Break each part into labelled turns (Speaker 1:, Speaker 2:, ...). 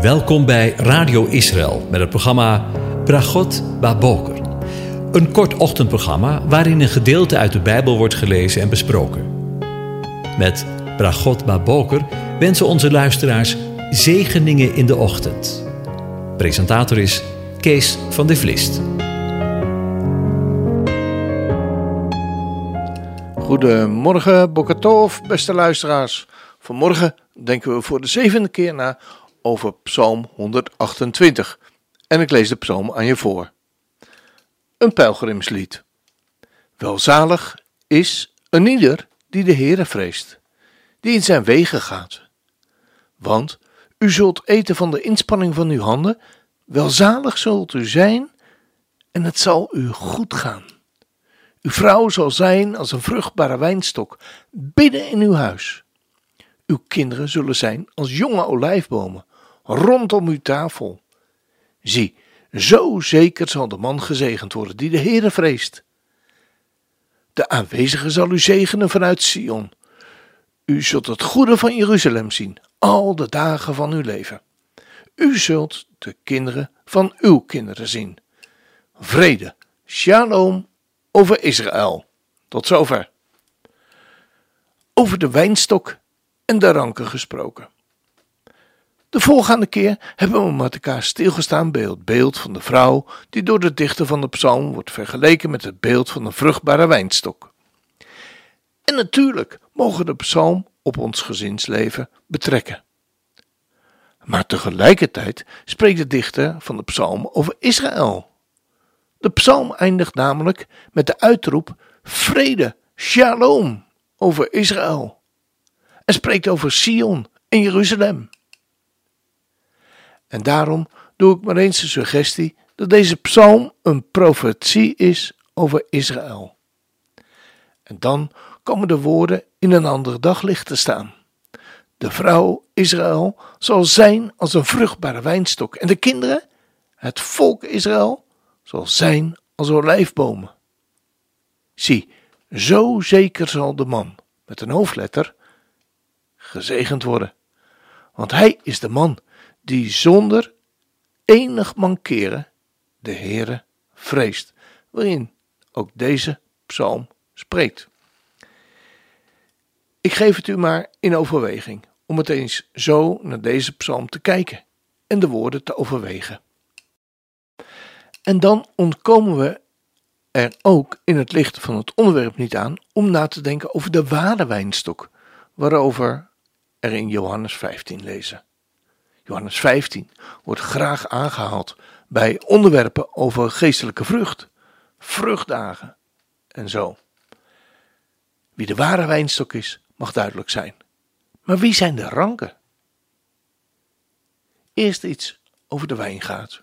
Speaker 1: Welkom bij Radio Israël met het programma Bragot Baboker. Een kort ochtendprogramma waarin een gedeelte uit de Bijbel wordt gelezen en besproken. Met Bragot Baboker wensen onze luisteraars zegeningen in de ochtend. Presentator is Kees van de Vlist.
Speaker 2: Goedemorgen, Boker Tov, beste luisteraars. Vanmorgen denken we voor de 7e keer na over Psalm 128. En ik lees de psalm aan je voor. Een pelgrimslied. Welzalig is een ieder die de Heere vreest, die in zijn wegen gaat. Want u zult eten van de inspanning van uw handen, welzalig zult u zijn en het zal u goed gaan. Uw vrouw zal zijn als een vruchtbare wijnstok binnen in uw huis. Uw kinderen zullen zijn als jonge olijfbomen rondom uw tafel. Zie, zo zeker zal de man gezegend worden die de Heere vreest. De aanwezige zal u zegenen vanuit Sion. U zult het goede van Jeruzalem zien, al de dagen van uw leven. U zult de kinderen van uw kinderen zien. Vrede, shalom over Israël. Tot zover. Over de wijnstok en de ranken gesproken. De voorgaande keer hebben we met elkaar stilgestaan bij het beeld van de vrouw die door de dichter van de psalm wordt vergeleken met het beeld van een vruchtbare wijnstok. En natuurlijk mogen de psalm op ons gezinsleven betrekken. Maar tegelijkertijd spreekt de dichter van de psalm over Israël. De psalm eindigt namelijk met de uitroep vrede, shalom over Israël. En spreekt over Sion en Jeruzalem. En daarom doe ik maar eens de suggestie dat deze psalm een profetie is over Israël. En dan komen de woorden in een ander daglicht te staan. De vrouw Israël zal zijn als een vruchtbare wijnstok en de kinderen, het volk Israël, zal zijn als olijfbomen. Zie, zo zeker zal de man, met een hoofdletter, gezegend worden. Want hij is de man die zonder enig mankeren de Heere vreest, waarin ook deze psalm spreekt. Ik geef het u maar in overweging om het eens zo naar deze psalm te kijken en de woorden te overwegen. En dan ontkomen we er ook in het licht van het onderwerp niet aan om na te denken over de ware wijnstok, waarover er in Johannes 15 lezen. Johannes 15 wordt graag aangehaald bij onderwerpen over geestelijke vrucht, vruchtdagen en zo. Wie de ware wijnstok is, mag duidelijk zijn. Maar wie zijn de ranken? Eerst iets over de wijngaard.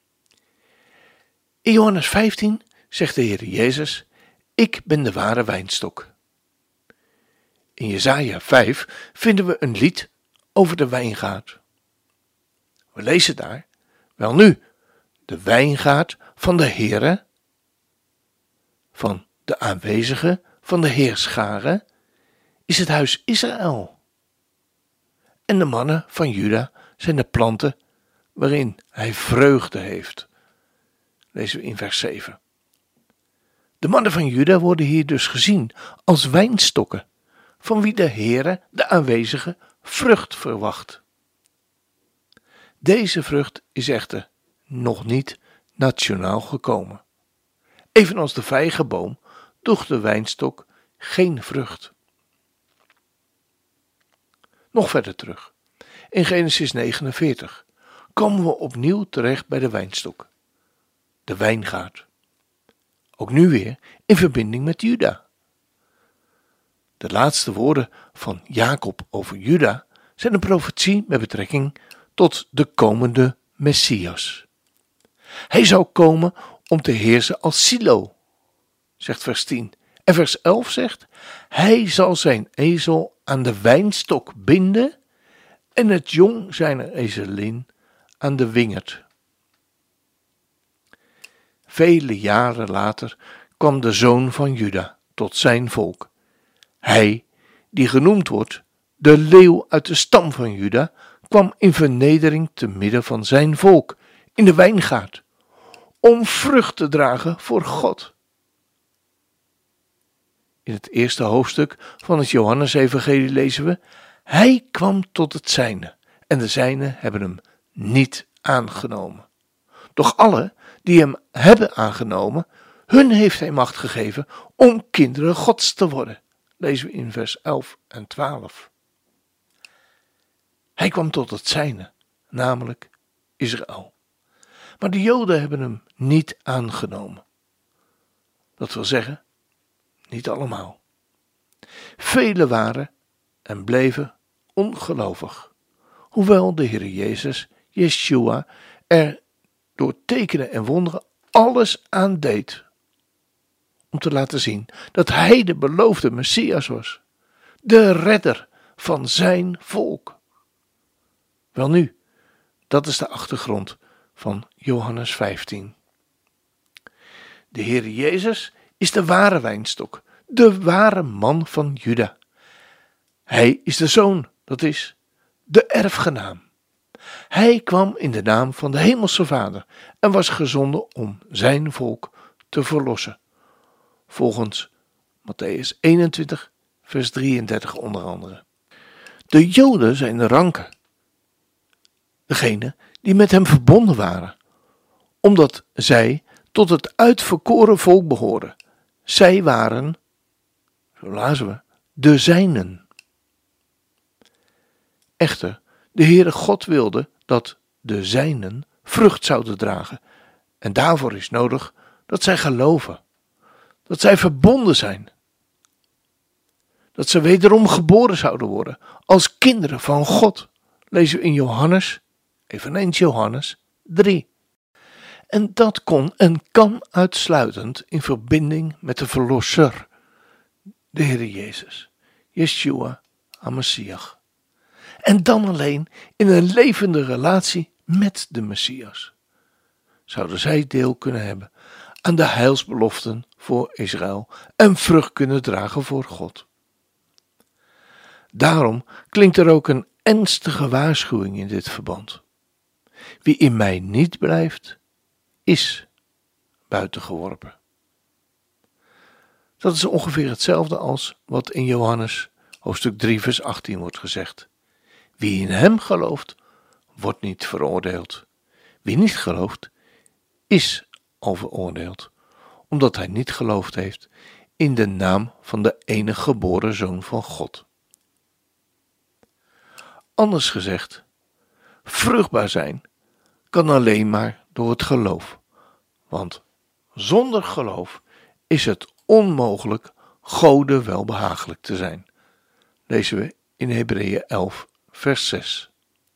Speaker 2: In Johannes 15 zegt de Heer Jezus, ik ben de ware wijnstok. In Jesaja 5 vinden we een lied over de wijngaard. We lezen daar, welnu, de wijngaard van de Heere, van de aanwezige, van de Heerscharen, is het huis Israël. En de mannen van Juda zijn de planten waarin hij vreugde heeft. Lezen we in vers 7. De mannen van Juda worden hier dus gezien als wijnstokken, van wie de Heere, de aanwezige, vrucht verwacht. Deze vrucht is echter nog niet nationaal gekomen. Evenals de vijgenboom droeg de wijnstok geen vrucht. Nog verder terug, in Genesis 49, komen we opnieuw terecht bij de wijnstok, de wijngaard. Ook nu weer in verbinding met Juda. De laatste woorden van Jacob over Juda zijn een profetie met betrekking tot de komende Messias. Hij zou komen om te heersen als Silo, zegt vers 10. En vers 11 zegt, hij zal zijn ezel aan de wijnstok binden en het jong zijner ezelin aan de wingerd. Vele jaren later kwam de zoon van Juda tot zijn volk. Hij, die genoemd wordt de leeuw uit de stam van Juda, kwam in vernedering te midden van zijn volk, in de wijngaard, om vrucht te dragen voor God. In het eerste hoofdstuk van het Johannesevangelie lezen we: Hij kwam tot het zijne, en de zijnen hebben hem niet aangenomen. Doch alle die hem hebben aangenomen, hun heeft hij macht gegeven om kinderen Gods te worden. Lezen we in vers 11 en 12. Hij kwam tot het zijne, namelijk Israël. Maar de Joden hebben hem niet aangenomen. Dat wil zeggen, niet allemaal. Velen waren en bleven ongelovig, hoewel de Heer Jezus, Yeshua, er door tekenen en wonderen alles aan deed om te laten zien dat hij de beloofde Messias was, de redder van zijn volk. Welnu, dat is de achtergrond van Johannes 15. De Heer Jezus is de ware wijnstok, de ware man van Juda. Hij is de zoon, dat is de erfgenaam. Hij kwam in de naam van de Hemelse Vader en was gezonden om zijn volk te verlossen. Volgens Mattheüs 21, vers 33 onder andere. De Joden zijn de ranken, degene die met hem verbonden waren, omdat zij tot het uitverkoren volk behoren. Zij waren, zo lazen we, de zijnen. Echter, de Heere God wilde dat de zijnen vrucht zouden dragen. En daarvoor is nodig dat zij geloven. Dat zij verbonden zijn. Dat ze wederom geboren zouden worden als kinderen van God. Lezen we in Johannes, eveneens Johannes 3. En dat kon en kan uitsluitend in verbinding met de Verlosser, de Heer Jezus, Yeshua HaMashiach. En dan alleen in een levende relatie met de Messias zouden zij deel kunnen hebben aan de heilsbeloften voor Israël en vrucht kunnen dragen voor God. Daarom klinkt er ook een ernstige waarschuwing in dit verband. Wie in mij niet blijft, is buitengeworpen. Dat is ongeveer hetzelfde als wat in Johannes hoofdstuk 3 vers 18 wordt gezegd. Wie in hem gelooft, wordt niet veroordeeld. Wie niet gelooft, is al veroordeeld, omdat hij niet geloofd heeft in de naam van de enige geboren Zoon van God. Anders gezegd, vruchtbaar zijn kan alleen maar door het geloof, want zonder geloof is het onmogelijk Gode welbehagelijk te zijn. Lezen we in Hebreeën 11 vers 6.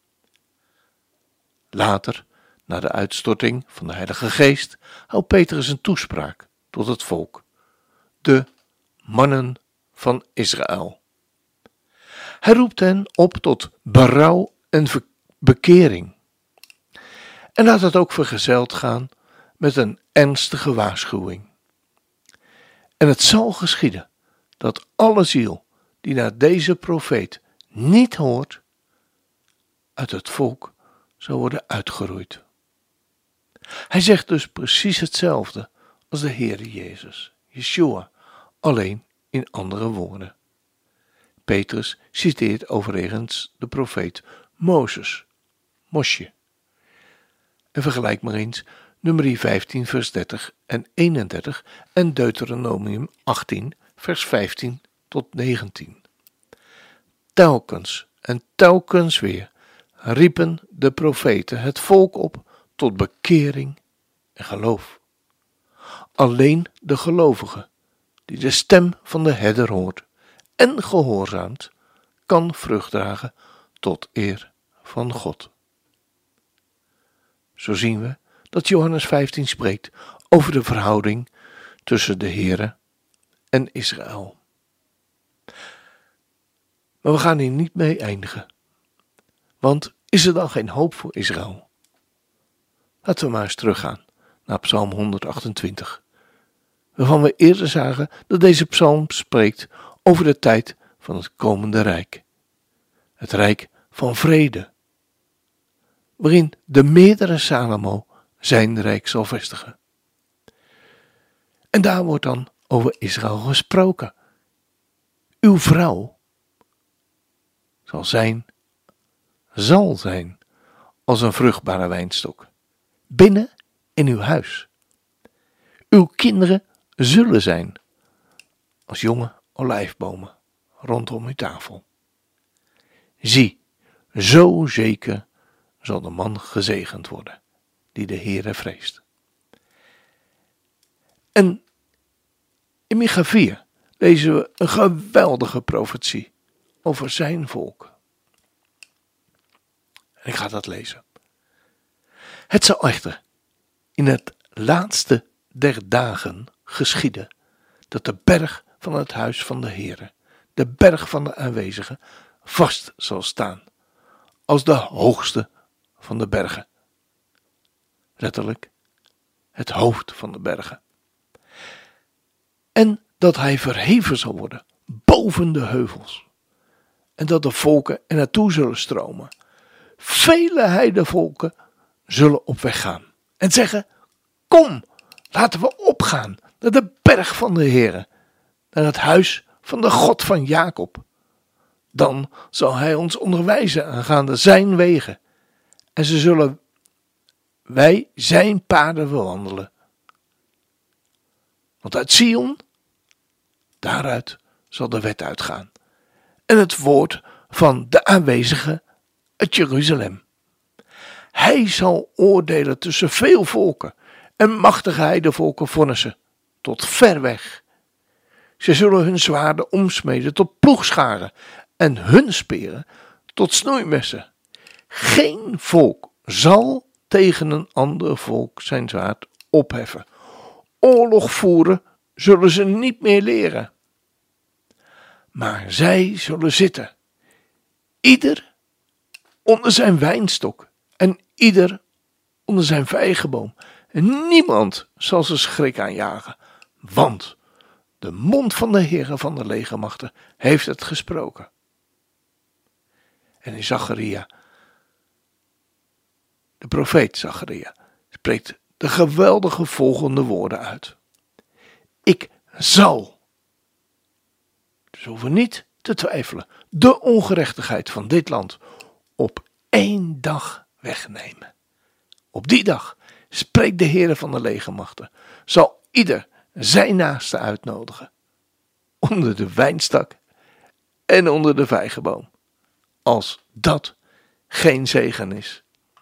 Speaker 2: Later, na de uitstorting van de Heilige Geest, houdt Petrus een toespraak tot het volk, de mannen van Israël. Hij roept hen op tot berouw en bekering. En laat het ook vergezeld gaan met een ernstige waarschuwing. En het zal geschieden dat alle ziel die naar deze profeet niet hoort, uit het volk zal worden uitgeroeid. Hij zegt dus precies hetzelfde als de Heere Jezus, Yeshua, alleen in andere woorden. Petrus citeert overigens de profeet Mozes, Mosje. En vergelijk maar eens Numeri 15 vers 30 en 31 en Deuteronomium 18 vers 15 tot 19. Telkens en telkens weer riepen de profeten het volk op tot bekering en geloof. Alleen de gelovige, die de stem van de herder hoort en gehoorzaamt, kan vrucht dragen tot eer van God. Zo zien we dat Johannes 15 spreekt over de verhouding tussen de Heere en Israël. Maar we gaan hier niet mee eindigen. Want is er dan geen hoop voor Israël? Laten we maar eens teruggaan naar Psalm 128. Waarvan we eerder zagen dat deze psalm spreekt over de tijd van het komende rijk. Het rijk van vrede, waarin de meerdere Salomo zijn rijk zal vestigen. En daar wordt dan over Israël gesproken. Uw vrouw zal zijn als een vruchtbare wijnstok, binnen in uw huis. Uw kinderen zullen zijn als jonge olijfbomen rondom uw tafel. Zie, zo zeker zal de man gezegend worden, die de Heere vreest. En in Micha 4 lezen we een geweldige profetie over zijn volk. En ik ga dat lezen. Het zal echter in het laatste der dagen geschieden, dat de berg van het huis van de Heere, de berg van de aanwezigen, vast zal staan, als de hoogste van de bergen. Letterlijk, het hoofd van de bergen. En dat hij verheven zal worden boven de heuvels. En dat de volken er naartoe zullen stromen. Vele heidevolken zullen op weg gaan. En zeggen, kom, laten we opgaan naar de berg van de Heere. Naar het huis van de God van Jacob. Dan zal hij ons onderwijzen aangaande zijn wegen. En zullen wij zijn paden bewandelen. Want uit Sion, daaruit zal de wet uitgaan. En het woord van de aanwezige uit Jeruzalem. Hij zal oordelen tussen veel volken en machtige heidevolken vonnissen, tot ver weg. Ze zullen hun zwaarden omsmeden tot ploegscharen en hun speren tot snoeimessen. Geen volk zal tegen een ander volk zijn zwaard opheffen. Oorlog voeren zullen ze niet meer leren. Maar zij zullen zitten, ieder onder zijn wijnstok en ieder onder zijn vijgenboom. En niemand zal ze schrik aanjagen, want de mond van de Heere van de legermachten heeft het gesproken. En in Zacharia, de profeet Zacharia, spreekt de geweldige volgende woorden uit. Ik zal, dus hoeven niet te twijfelen, de ongerechtigheid van dit land op 1 dag wegnemen. Op die dag, spreekt de Heere van de legermachten, zal ieder zijn naaste uitnodigen. Onder de wijnstak en onder de vijgenboom. Als dat geen zegen is.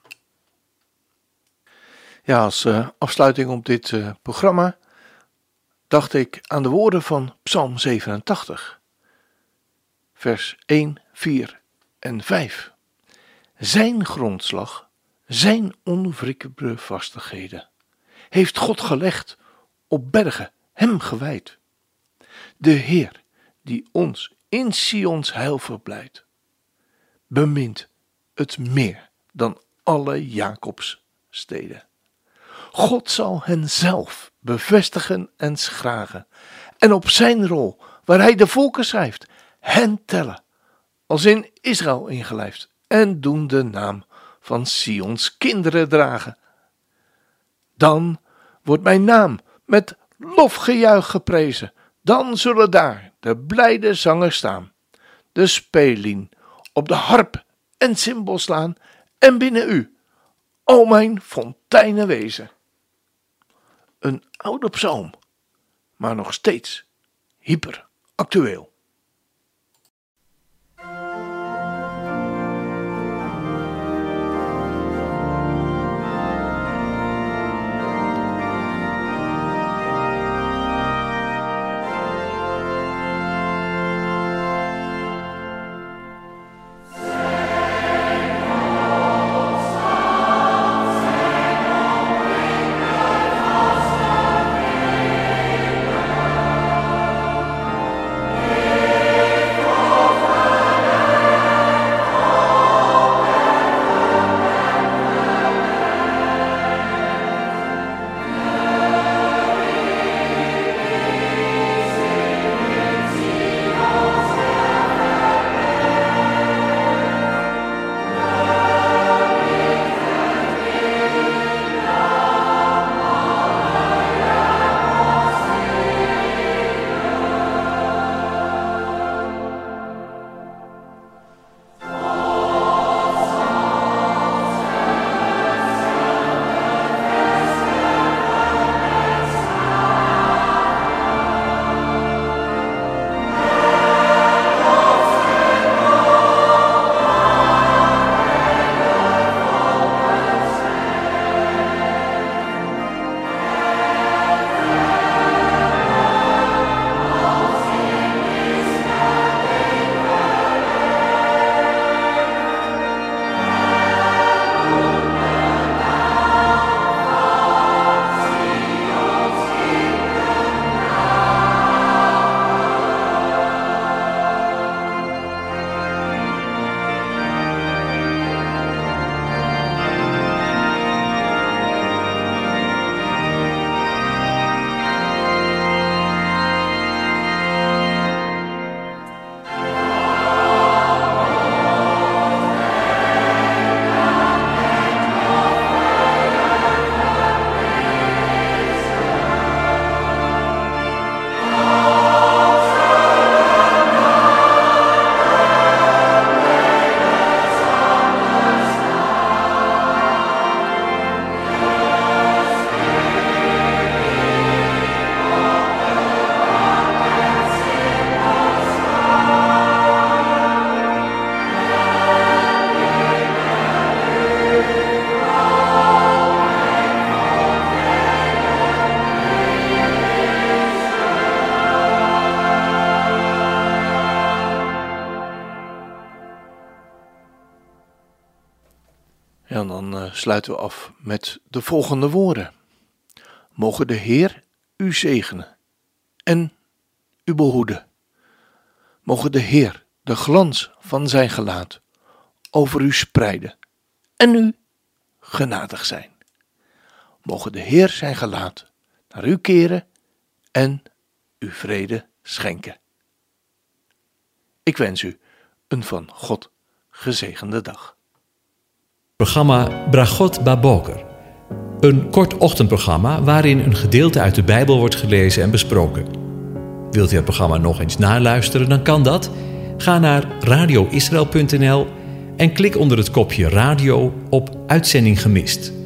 Speaker 2: Ja, als afsluiting op dit programma dacht ik aan de woorden van Psalm 87. Vers 1, 4 en 5. Zijn grondslag, zijn onwrikbare vastigheden, heeft God gelegd op bergen, hem gewijd. De Heer, die ons in Sions heil verblijdt, bemint het meer dan alle Jacobs steden. God zal hen zelf bevestigen en schragen, en op zijn rol, waar hij de volken schrijft, hen tellen, als in Israël ingelijfd, en doen de naam van Sions kinderen dragen. Dan wordt mijn naam met lofgejuich geprezen, dan zullen daar de blijde zangers staan, de spelien op de harp en cymbal slaan, en binnen u, o mijn fonteinen wezen. Een oude psalm, maar nog steeds hyper actueel. En dan sluiten we af met de volgende woorden. Mogen de Heer u zegenen en u behoeden. Mogen de Heer de glans van zijn gelaat over u spreiden en u genadig zijn. Mogen de Heer zijn gelaat naar u keren en u vrede schenken. Ik wens u een van God gezegende dag.
Speaker 1: Programma Bragot Baboker. Een kort ochtendprogramma waarin een gedeelte uit de Bijbel wordt gelezen en besproken. Wilt u het programma nog eens naluisteren, dan kan dat. Ga naar radioisrael.nl en klik onder het kopje radio op Uitzending gemist.